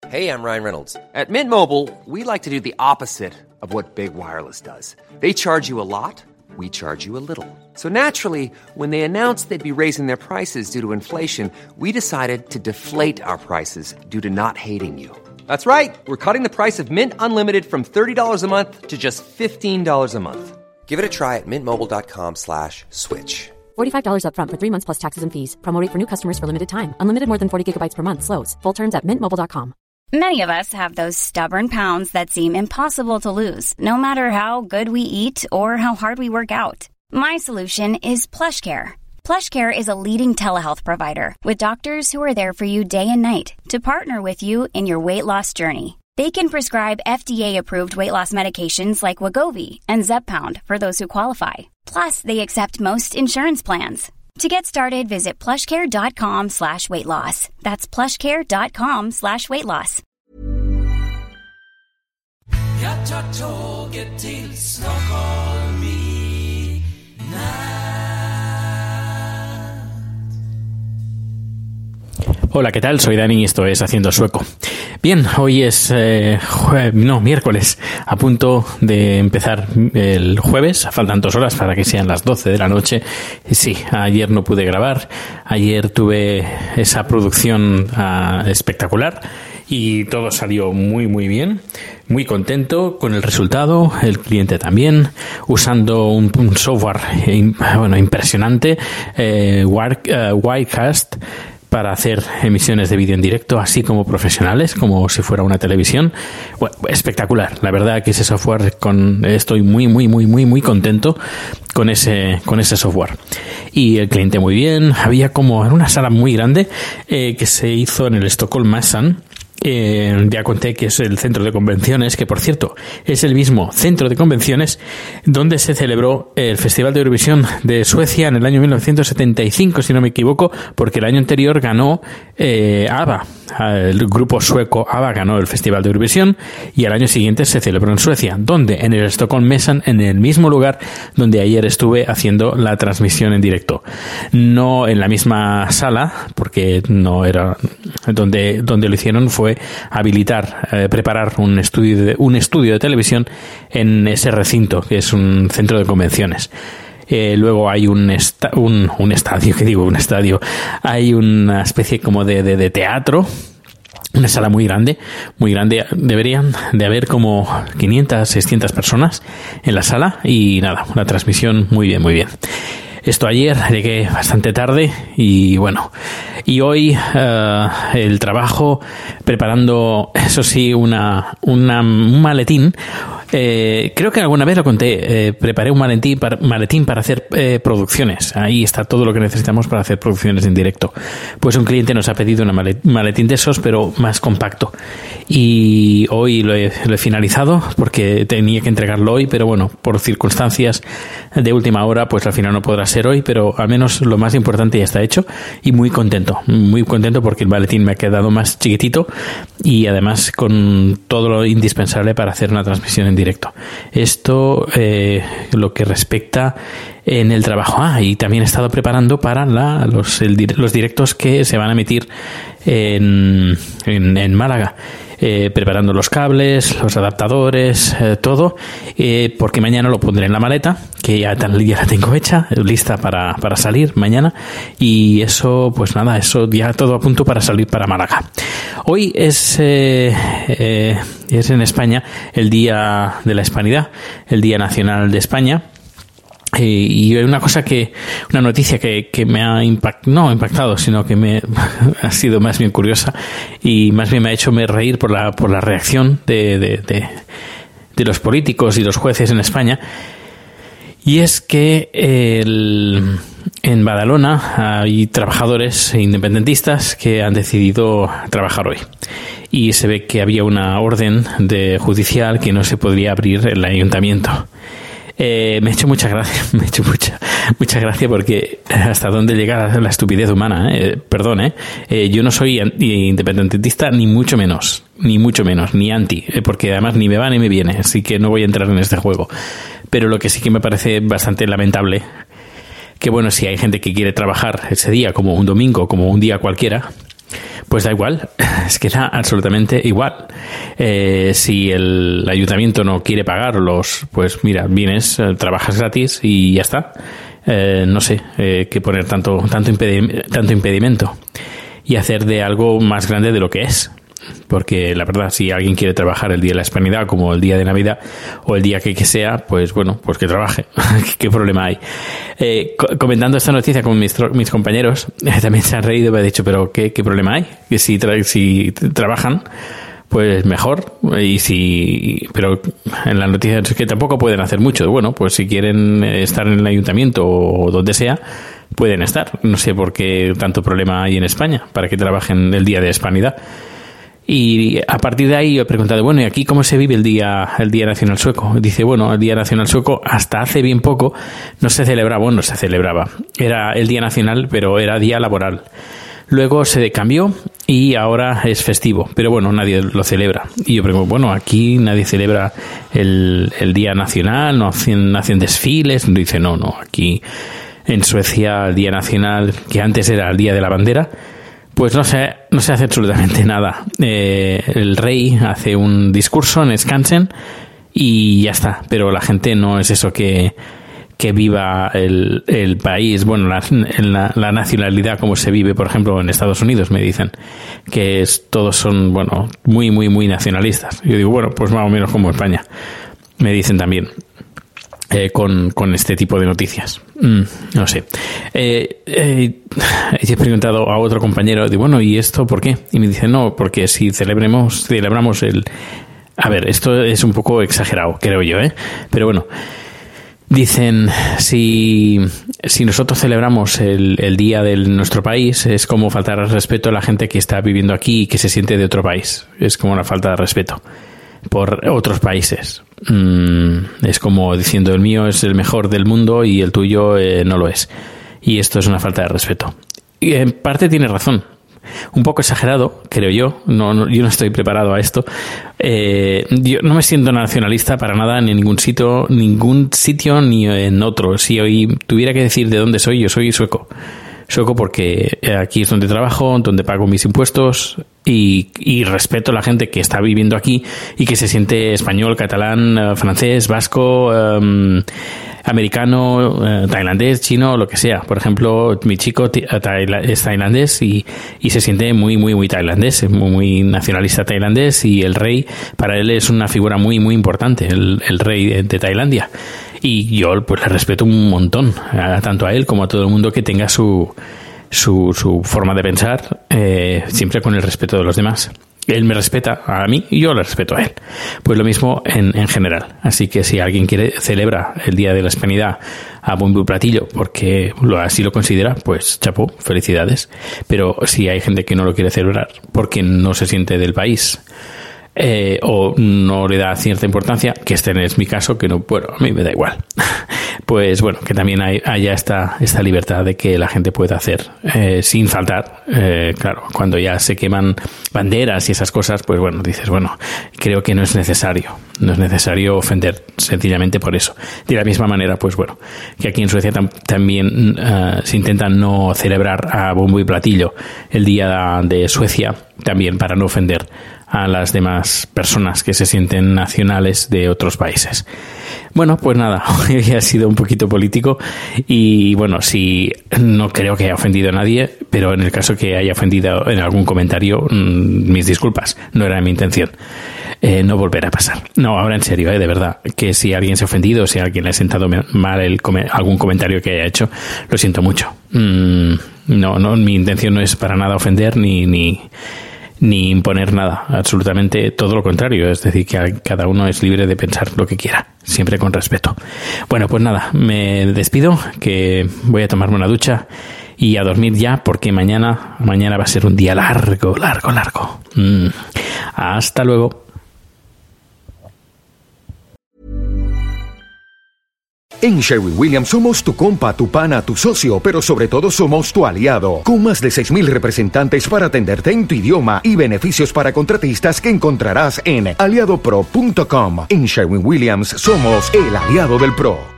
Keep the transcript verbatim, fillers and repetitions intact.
Hey, I'm Ryan Reynolds. At Mint Mobile, we like to do the opposite of what Big Wireless does. They charge you a lot, we charge you a little. So naturally, when they announced they'd be raising their prices due to inflation, we decided to deflate our prices due to not hating you. That's right. We're cutting the price of Mint Unlimited from thirty dollars a month to just fifteen dollars a month. Give it a try at mintmobile.com slash switch. forty-five dollars up front for three months plus taxes and fees. Promo rate for new customers for limited time. Unlimited more than forty gigabytes per month slows. Full terms at mint mobile dot com. Many of us have those stubborn pounds that seem impossible to lose, no matter how good we eat or how hard we work out. My solution is PlushCare. PlushCare is a leading telehealth provider with doctors who are there for you day and night to partner with you in your weight loss journey. They can prescribe F D A-approved weight loss medications like Wegovy and Zepbound for those who qualify. Plus, they accept most insurance plans. To get started, visit plushcare.com slash weight loss. That's plushcare.com slash weight loss. Jag tar tåget till Stockholm i natt. Hola, ¿qué tal? Soy Dani y esto es Haciendo Sueco. Bien, hoy es eh, jue- no, miércoles, a punto de empezar el jueves. Faltan dos horas para que sean las doce de la noche. Y sí, ayer no pude grabar. Ayer tuve esa producción uh, espectacular y todo salió muy muy bien. Muy contento con el resultado, el cliente también, usando un, un software eh, bueno, impresionante, eh, Wirecast, para hacer emisiones de vídeo en directo, así como profesionales, como si fuera una televisión. Bueno, espectacular. La verdad que ese software, con estoy muy, muy, muy, muy, muy contento con ese, con ese software. Y el cliente muy bien. Había como en una sala muy grande eh, que se hizo en el Stockholm Mässan. Eh, ya conté que es el centro de convenciones, que por cierto es el mismo centro de convenciones donde se celebró el Festival de Eurovisión de Suecia en el año mil novecientos setenta y cinco, si no me equivoco, porque el año anterior ganó eh, ABBA. El grupo sueco ABBA ganó el Festival de Eurovisión y al año siguiente se celebró en Suecia. ¿Dónde? En el Stockholm Mässan, en el mismo lugar donde ayer estuve haciendo la transmisión en directo. No en la misma sala, porque no era donde, donde lo hicieron fue habilitar, eh, preparar un estudio de, un estudio de televisión en ese recinto, que es un centro de convenciones. Eh, luego hay un, esta, un, un estadio, ¿qué digo? Un estadio. Hay una especie como de, de, de teatro, una sala muy grande, muy grande. Deberían de haber como quinientas, seiscientas personas en la sala y nada, una transmisión muy bien, muy bien. Esto ayer, llegué bastante tarde y bueno, y hoy uh, el trabajo preparando, eso sí, una, una un maletín. Eh, creo que alguna vez lo conté, eh, preparé un maletín para, maletín para hacer eh, producciones. Ahí está todo lo que necesitamos para hacer producciones en directo. Pues un cliente nos ha pedido un maletín de esos, pero más compacto. Y hoy lo he, lo he finalizado porque tenía que entregarlo hoy, pero bueno, por circunstancias de última hora, pues al final no podrá ser hoy, pero al menos lo más importante ya está hecho y muy contento, muy contento porque el maletín me ha quedado más chiquitito y además con todo lo indispensable para hacer una transmisión en directo. Esto eh, lo que respecta en el trabajo. Ah, y también he estado preparando para la, los, el, los directos que se van a emitir en, en, en Málaga. Eh, preparando los cables, los adaptadores, eh, todo, eh, porque mañana lo pondré en la maleta, que ya, ya la tengo hecha, lista para, para salir mañana, y eso, pues nada, eso ya todo a punto para salir para Málaga. Hoy es, eh, eh, es en España el Día de la Hispanidad, el Día Nacional de España. Eh, y una cosa que, una noticia que, que me ha impact, no impactado, sino que me ha sido más bien curiosa y más bien me ha hecho me reír por la, por la reacción de, de, de, de los políticos y los jueces en España. Y es que el, en Badalona hay trabajadores independentistas que han decidido trabajar hoy. Y se ve que había una orden de judicial que no se podría abrir el ayuntamiento. Eh, me ha hecho mucha gracia, me ha hecho mucha, mucha gracia porque hasta dónde llega la, la estupidez humana, ¿eh? Perdón, ¿eh? Eh, yo no soy independentista ni mucho menos, ni mucho menos, ni anti, eh, porque además ni me va ni me viene, así que no voy a entrar en este juego. Pero lo que sí que me parece bastante lamentable, que bueno, si hay gente que quiere trabajar ese día como un domingo, como un día cualquiera, Pues da igual, es que da absolutamente igual. Eh, si el ayuntamiento no quiere pagarlos, pues mira, vienes, trabajas gratis y ya está. Eh, no sé eh, qué poner tanto, tanto, impedi- tanto impedimento y hacer de algo más grande de lo que es. Porque la verdad, si alguien quiere trabajar el día de la Hispanidad como el día de Navidad o el día que, que sea, pues bueno, pues que trabaje. ¿Qué problema hay? Eh, co- comentando esta noticia con mis, tro- mis compañeros, eh, también se han reído y me han dicho, pero ¿qué, qué problema hay? Que si, tra- si trabajan, pues mejor. Y si, pero en la noticia es que tampoco pueden hacer mucho. Bueno, pues si quieren estar en el ayuntamiento o donde sea, pueden estar. No sé por qué tanto problema hay en España para que trabajen el día de Hispanidad. Y a partir de ahí yo he preguntado, bueno, ¿y aquí cómo se vive el Día el Día Nacional Sueco? Dice, bueno, el Día Nacional Sueco hasta hace bien poco no se celebraba, bueno, no se celebraba. Era el Día Nacional, pero era día laboral. Luego se cambió y ahora es festivo, pero bueno, nadie lo celebra. Y yo pregunto, bueno, aquí nadie celebra el, el Día Nacional, no hacen, hacen desfiles. Dice, no, no, aquí en Suecia el Día Nacional, que antes era el Día de la Bandera, pues no se, no se hace absolutamente nada. Eh, el rey hace un discurso en Skansen y ya está. Pero la gente no es eso que, que viva el, el país. Bueno, la, la, la nacionalidad como se vive, por ejemplo, en Estados Unidos, me dicen. Que es, todos son, bueno, muy, muy, muy nacionalistas. Yo digo, bueno, pues más o menos como España. Me dicen también. Eh, con, con este tipo de noticias. Mm, no sé. Eh, eh, he preguntado a otro compañero, digo, bueno, ¿y esto por qué? Y me dice, no, porque si celebremos, celebramos el... A ver, esto es un poco exagerado, creo yo, ¿eh? Pero bueno, dicen, si, si nosotros celebramos el, el día de nuestro país, es como faltar al respeto a la gente que está viviendo aquí y que se siente de otro país. Es como una falta de respeto por otros países. Mm, es como diciendo, el mío es el mejor del mundo y el tuyo eh, no lo es. Y esto es una falta de respeto. Y en parte tiene razón. Un poco exagerado, creo yo. No, no, yo no estoy preparado a esto. Eh, yo no me siento nacionalista para nada en ningún sitio, ningún sitio ni en otro. Si hoy tuviera que decir de dónde soy, yo soy sueco. Sueco porque aquí es donde trabajo, donde pago mis impuestos y, y respeto a la gente que está viviendo aquí y que se siente español, catalán, francés, vasco, um, americano, uh, tailandés, chino, lo que sea. Por ejemplo, mi chico es tailandés y, y se siente muy, muy, muy tailandés, muy, muy nacionalista tailandés, y el rey para él es una figura muy, muy importante, el, el rey de, de Tailandia. Y yo pues le respeto un montón, a, tanto a él como a todo el mundo que tenga su su, su forma de pensar, eh, siempre con el respeto de los demás. Él me respeta a mí y yo le respeto a él. Pues lo mismo en, en general. Así que si alguien quiere celebra el Día de la Hispanidad a bombo y platillo porque lo, así lo considera, pues chapó, felicidades. Pero si hay gente que no lo quiere celebrar porque no se siente del país, Eh, o no le da cierta importancia, que este no es mi caso, que no, bueno, a mí me da igual, pues bueno, que también hay, haya esta, esta libertad de que la gente pueda hacer eh, sin faltar. Eh, claro, cuando ya se queman banderas y esas cosas, pues bueno, dices, bueno, creo que no es necesario, no es necesario ofender sencillamente por eso. De la misma manera, pues bueno, que aquí en Suecia tam- también uh, se intenta no celebrar a bombo y platillo el Día de Suecia, también para no ofender a las demás personas que se sienten nacionales de otros países. Bueno, pues nada, hoy ha sido un poquito político y bueno, sí, no creo que haya ofendido a nadie, pero en el caso que haya ofendido en algún comentario, mmm, mis disculpas, no era mi intención. Eh, no volverá a pasar. No, ahora en serio, eh, de verdad, que si alguien se ha ofendido o si a alguien le ha sentado mal el come- algún comentario que haya hecho, lo siento mucho. Mm, no, no, mi intención no es para nada ofender ni... ni ni imponer nada, absolutamente todo lo contrario, es decir, que cada uno es libre de pensar lo que quiera, siempre con respeto. Bueno, pues nada, me despido, que voy a tomarme una ducha y a dormir ya, porque mañana, mañana va a ser un día largo, largo, largo. Mm. Hasta luego. En Sherwin-Williams somos tu compa, tu pana, tu socio, pero sobre todo somos tu aliado, con más de seis mil representantes para atenderte en tu idioma y beneficios para contratistas que encontrarás en aliado pro punto com. En Sherwin-Williams somos el aliado del pro.